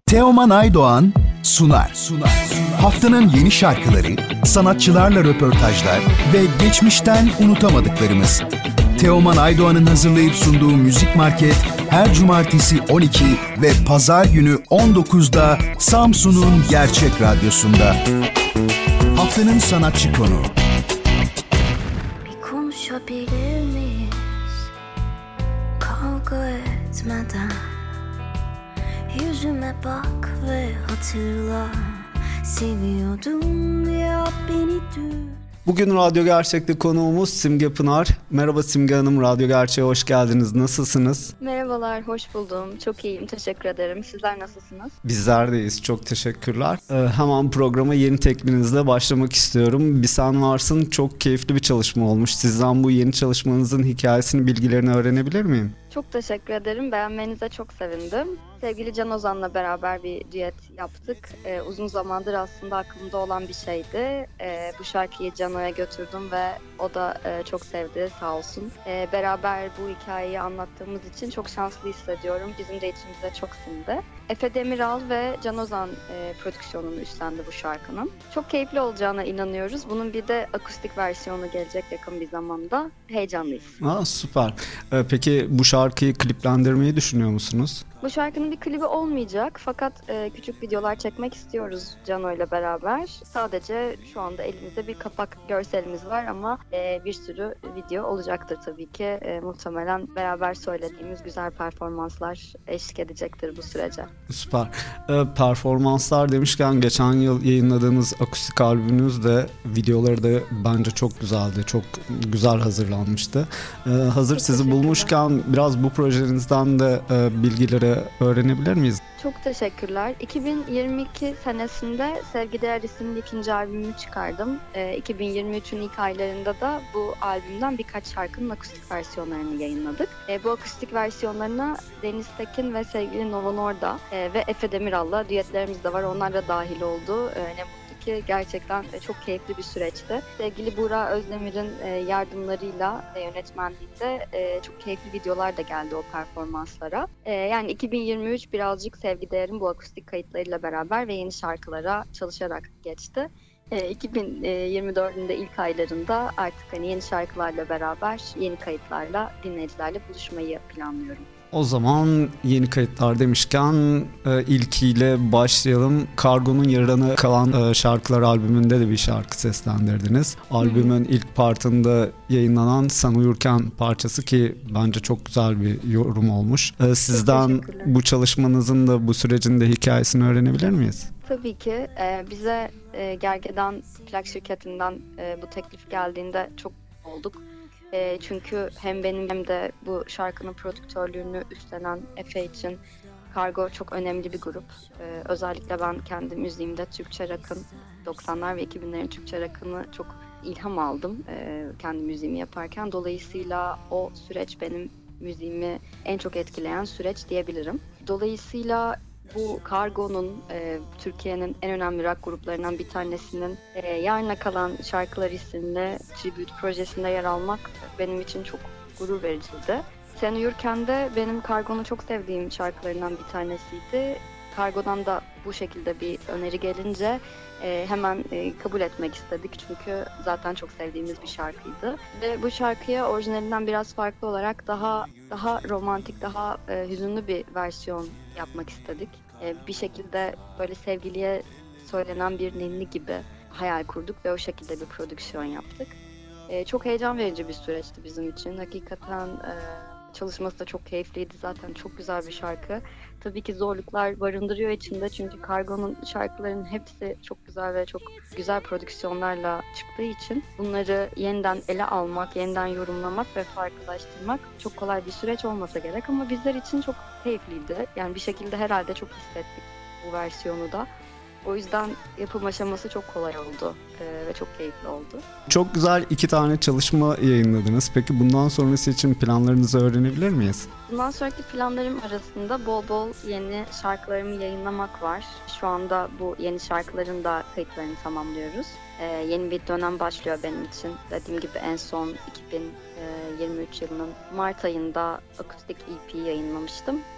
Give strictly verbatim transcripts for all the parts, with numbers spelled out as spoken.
Teoman Aydoğan sunar. sunar. Haftanın yeni şarkıları, sanatçılarla röportajlar ve geçmişten unutamadıklarımız. Teoman Aydoğan'ın hazırlayıp sunduğu Müzik Market her cumartesi on iki ve pazar günü on dokuzda Samsun'un Gerçek Radyosu'nda. Haftanın sanatçı konuğu. Bir konuşabilir miyiz? Kavga etmeden yüzüme bak ve hatırla, seviyordum ya beni dün. Bugün Radyo Gerçek'te konuğumuz Simge Pınar. Merhaba Simge Hanım, Radyo Gerçek'e hoş geldiniz. Nasılsınız? Merhabalar, hoş buldum. Çok iyiyim, teşekkür ederim. Sizler nasılsınız? Bizler deyiz, çok teşekkürler. Ee, hemen programa yeni teklinizle başlamak istiyorum. Bir Sen Varsın çok keyifli bir çalışma olmuş. Sizden bu yeni çalışmanızın hikayesini, bilgilerini öğrenebilir miyim? Çok teşekkür ederim. Beğenmenize çok sevindim. Sevgili Can Ozan'la beraber bir düet yaptık. Ee, uzun zamandır aslında aklımda olan bir şeydi. Ee, bu şarkıyı Cano'ya götürdüm ve o da e, çok sevdi, sağ olsun. Ee, beraber bu hikayeyi anlattığımız için çok şanslı hissediyorum. Bizim de içimize çok sindi. Efe Demiral ve Can Ozan e, prodüksiyonunu üstlendi bu şarkının. Çok keyifli olacağına inanıyoruz. Bunun bir de akustik versiyonu gelecek yakın bir zamanda. Heyecanlıyız. Aa, süper. Ee, peki bu şarkıyı kliplendirmeyi düşünüyor musunuz? Bu şarkının bir klibi olmayacak fakat e, küçük videolar çekmek istiyoruz Cano ile beraber. Sadece şu anda elimizde bir kapak görselimiz var ama e, bir sürü video olacaktır tabii ki. E, muhtemelen beraber söylediğimiz güzel performanslar eşlik edecektir bu sürece. Süper. Ee, performanslar demişken geçen yıl yayınladığınız akustik albümünüz de videoları da bence çok güzeldi. Çok güzel hazırlanmıştı. Ee, hazır çok sizi bulmuşken biraz bu projenizden de e, bilgileri öğrenebilir miyiz? Çok teşekkürler. iki bin yirmi iki senesinde Sevgi Değer isimli ikinci albümümü çıkardım. E, iki bin yirmi üçün ilk aylarında da bu albümden birkaç şarkının akustik versiyonlarını yayınladık. E, bu akustik versiyonlarına Deniz Tekin ve sevgili Nova Norda e, ve Efe Demiral'la düetlerimiz de var. Onlar da dahil oldu. E, ne ki gerçekten çok keyifli bir süreçti. Sevgili Buğra Özdemir'in yardımlarıyla ve yönetmenliğinde çok keyifli videolar da geldi o performanslara. Yani iki bin yirmi üç birazcık Sevgi Değer'in bu akustik kayıtlarıyla beraber ve yeni şarkılara çalışarak geçti. iki bin yirmi dördün de ilk aylarında artık hani yeni şarkılarla beraber yeni kayıtlarla dinleyicilerle buluşmayı planlıyorum. O zaman yeni kayıtlar demişken e, ilkiyle başlayalım. Kargo'nun yarıdan kalan e, şarkılar albümünde de bir şarkı seslendirdiniz. Albümün Hı-hı. ilk partında yayınlanan Sen Uyurken parçası ki bence çok güzel bir yorum olmuş. E, sizden bu çalışmanızın da bu sürecin de hikayesini öğrenebilir miyiz? Tabii ki. E, bize e, Gergedan plak şirketinden e, bu teklif geldiğinde çok olduk. E, çünkü hem benim hem de bu şarkının prodüktörlüğünü üstlenen Efe için Kargo çok önemli bir grup. E, özellikle ben kendi müziğimde Türkçe rock'ın doksanlar ve iki binlerin Türkçe rock'ını çok ilham aldım e, kendi müziğimi yaparken. Dolayısıyla o süreç benim müziğimi en çok etkileyen süreç diyebilirim. Dolayısıyla bu Kargo'nun e, Türkiye'nin en önemli rock gruplarından bir tanesinin e, Yarına Kalan Şarkılar isimli tribute projesinde yer almak benim için çok gurur vericiydi. Sen Uyurken de benim Kargo'nun çok sevdiğim şarkılarından bir tanesiydi. Kargo'dan da bu şekilde bir öneri gelince e, hemen e, kabul etmek istedik çünkü zaten çok sevdiğimiz bir şarkıydı. Ve bu şarkıya orijinalinden biraz farklı olarak daha daha romantik, daha e, hüzünlü bir versiyon yapmak istedik. E, bir şekilde böyle sevgiliye söylenen bir ninni gibi hayal kurduk ve o şekilde bir prodüksiyon yaptık. E, çok heyecan verici bir süreçti bizim için. Hakikaten e, çalışması da çok keyifliydi. Zaten çok güzel bir şarkı. Tabii ki zorluklar barındırıyor içinde çünkü Kargo'nun şarkılarının hepsi çok güzel ve çok güzel prodüksiyonlarla çıktığı için bunları yeniden ele almak, yeniden yorumlamak ve farklılaştırmak çok kolay bir süreç olmasa gerek ama bizler için çok keyifliydi. Yani bir şekilde herhalde çok hissettik bu versiyonu da. O yüzden yapım aşaması çok kolay oldu ee, ve çok keyifli oldu. Çok güzel iki tane çalışma yayınladınız. Peki bundan sonrası için planlarınızı öğrenebilir miyiz? Bundan sonraki planlarım arasında bol bol yeni şarkılarımı yayınlamak var. Şu anda bu yeni şarkıların da kayıtlarını tamamlıyoruz. Ee, yeni bir dönem başlıyor benim için. Dediğim gibi en son iki bin yirmi üç yılının Mart ayında akustik E P yayınlamıştım.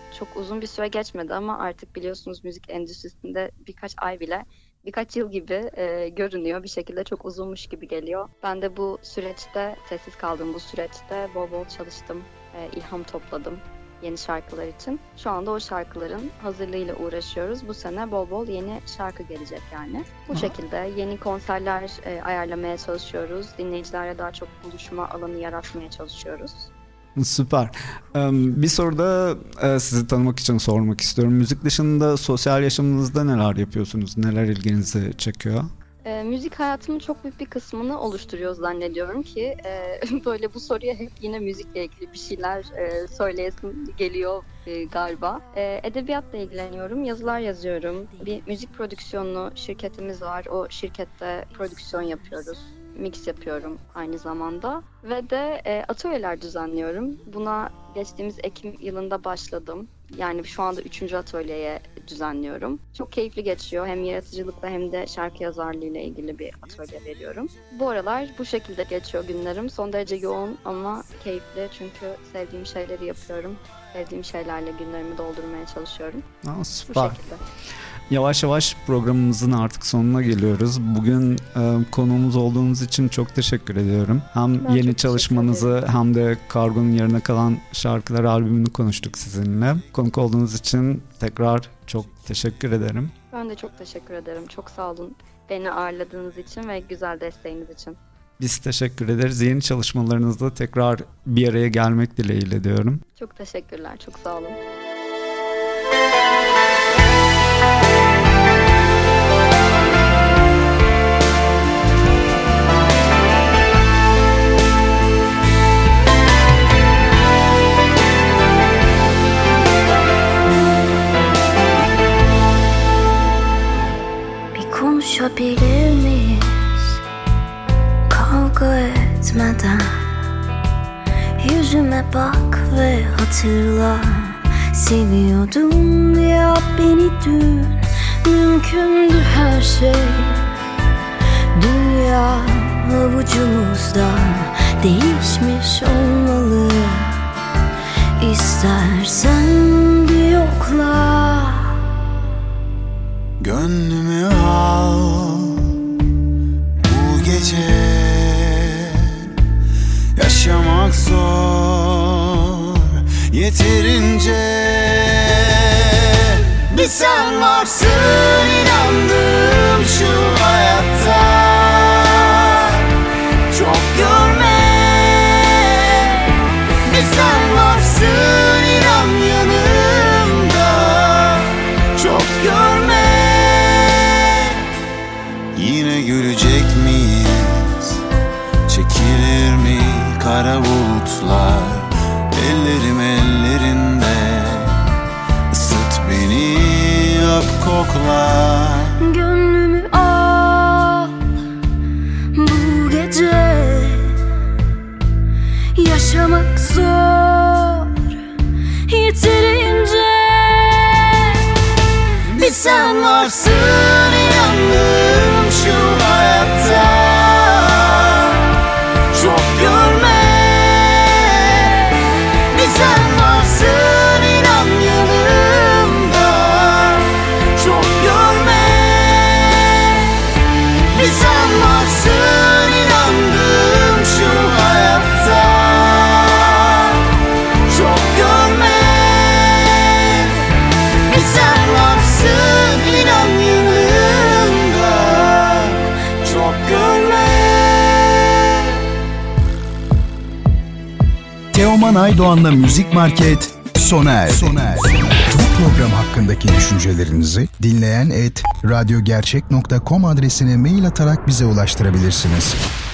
çok uzun bir süre geçmedi ama artık biliyorsunuz müzik endüstrisinde birkaç ay bile birkaç yıl gibi e, görünüyor. Bir şekilde çok uzunmuş gibi geliyor. Ben de bu süreçte, sessiz kaldığım bu süreçte bol bol çalıştım, e, ilham topladım yeni şarkılar için. Şu anda o şarkıların hazırlığıyla uğraşıyoruz. Bu sene bol bol yeni şarkı gelecek yani. Bu Aha. şekilde yeni konserler e, ayarlamaya çalışıyoruz. Dinleyicilerle daha çok buluşma alanı yaratmaya çalışıyoruz. Süper. Bir soru da sizi tanımak için sormak istiyorum. Müzik dışında sosyal yaşamınızda neler yapıyorsunuz? Neler ilginizi çekiyor? E, müzik hayatımın çok büyük bir kısmını oluşturuyor zannediyorum ki e, böyle bu soruya hep yine müzikle ilgili bir şeyler e, söyleyesim geliyor e, galiba. E, edebiyatla ilgileniyorum, yazılar yazıyorum. Bir müzik prodüksiyonu şirketimiz var, o şirkette prodüksiyon yapıyoruz. Mix yapıyorum aynı zamanda ve de e, atölyeler düzenliyorum. Buna geçtiğimiz Ekim yılında başladım. Yani şu anda üçüncü atölyeye düzenliyorum. Çok keyifli geçiyor. Hem yaratıcılıkla hem de şarkı yazarlığıyla ilgili bir atölye veriyorum. Bu aralar bu şekilde geçiyor günlerim. Son derece yoğun ama keyifli çünkü sevdiğim şeyleri yapıyorum. Sevdiğim şeylerle günlerimi doldurmaya çalışıyorum. Aa, süper. Bu şekilde. Yavaş yavaş programımızın artık sonuna geliyoruz. Bugün e, konuğumuz olduğunuz için çok teşekkür ediyorum. Hem ben yeni çalışmanızı hem de Kargo'nun yarına kalan şarkılar albümünü konuştuk sizinle. Konuk olduğunuz için tekrar çok teşekkür ederim. Ben de çok teşekkür ederim. Çok sağ olun beni ağırladığınız için ve güzel desteğiniz için. Biz teşekkür ederiz. Yeni çalışmalarınızda tekrar bir araya gelmek dileğiyle diyorum. Çok teşekkürler. Çok sağ olun. Konuşabilir miyiz kavga etmeden? Yüzüme bak ve hatırla, seviyordum ya beni dün. Mümkündü her şey, dünya avucumuzda, değişmiş olmalı. İstersen bir yokla, gönlümü al bu gece. Yaşamak zor yeterince. Bir sen varsın inandım şu hayatta. Çok görme. Bir sen varsın inan yanımda. Çok görme. Yine gülecek miyiz? Çekilir mi kara bulutlar? Ellerim ellerinde, ısıt beni, öp kokla. Gönlümü al bu gece. Yaşamak zor yeterince. Bir sen varsın inandım şu hayatta. Çok görme. Bir sen varsın inan yanımda. Çok görme. Bir sen varsın inandım şu hayatta. Çok görme. Bir sen varsın inan yanımda. Çok görme. Teoman Aydoğan'la Müzik Market sona erdi. Sona erdi. Bu program hakkındaki düşüncelerinizi dinleyen et radyogercek nokta com adresine mail atarak bize ulaştırabilirsiniz.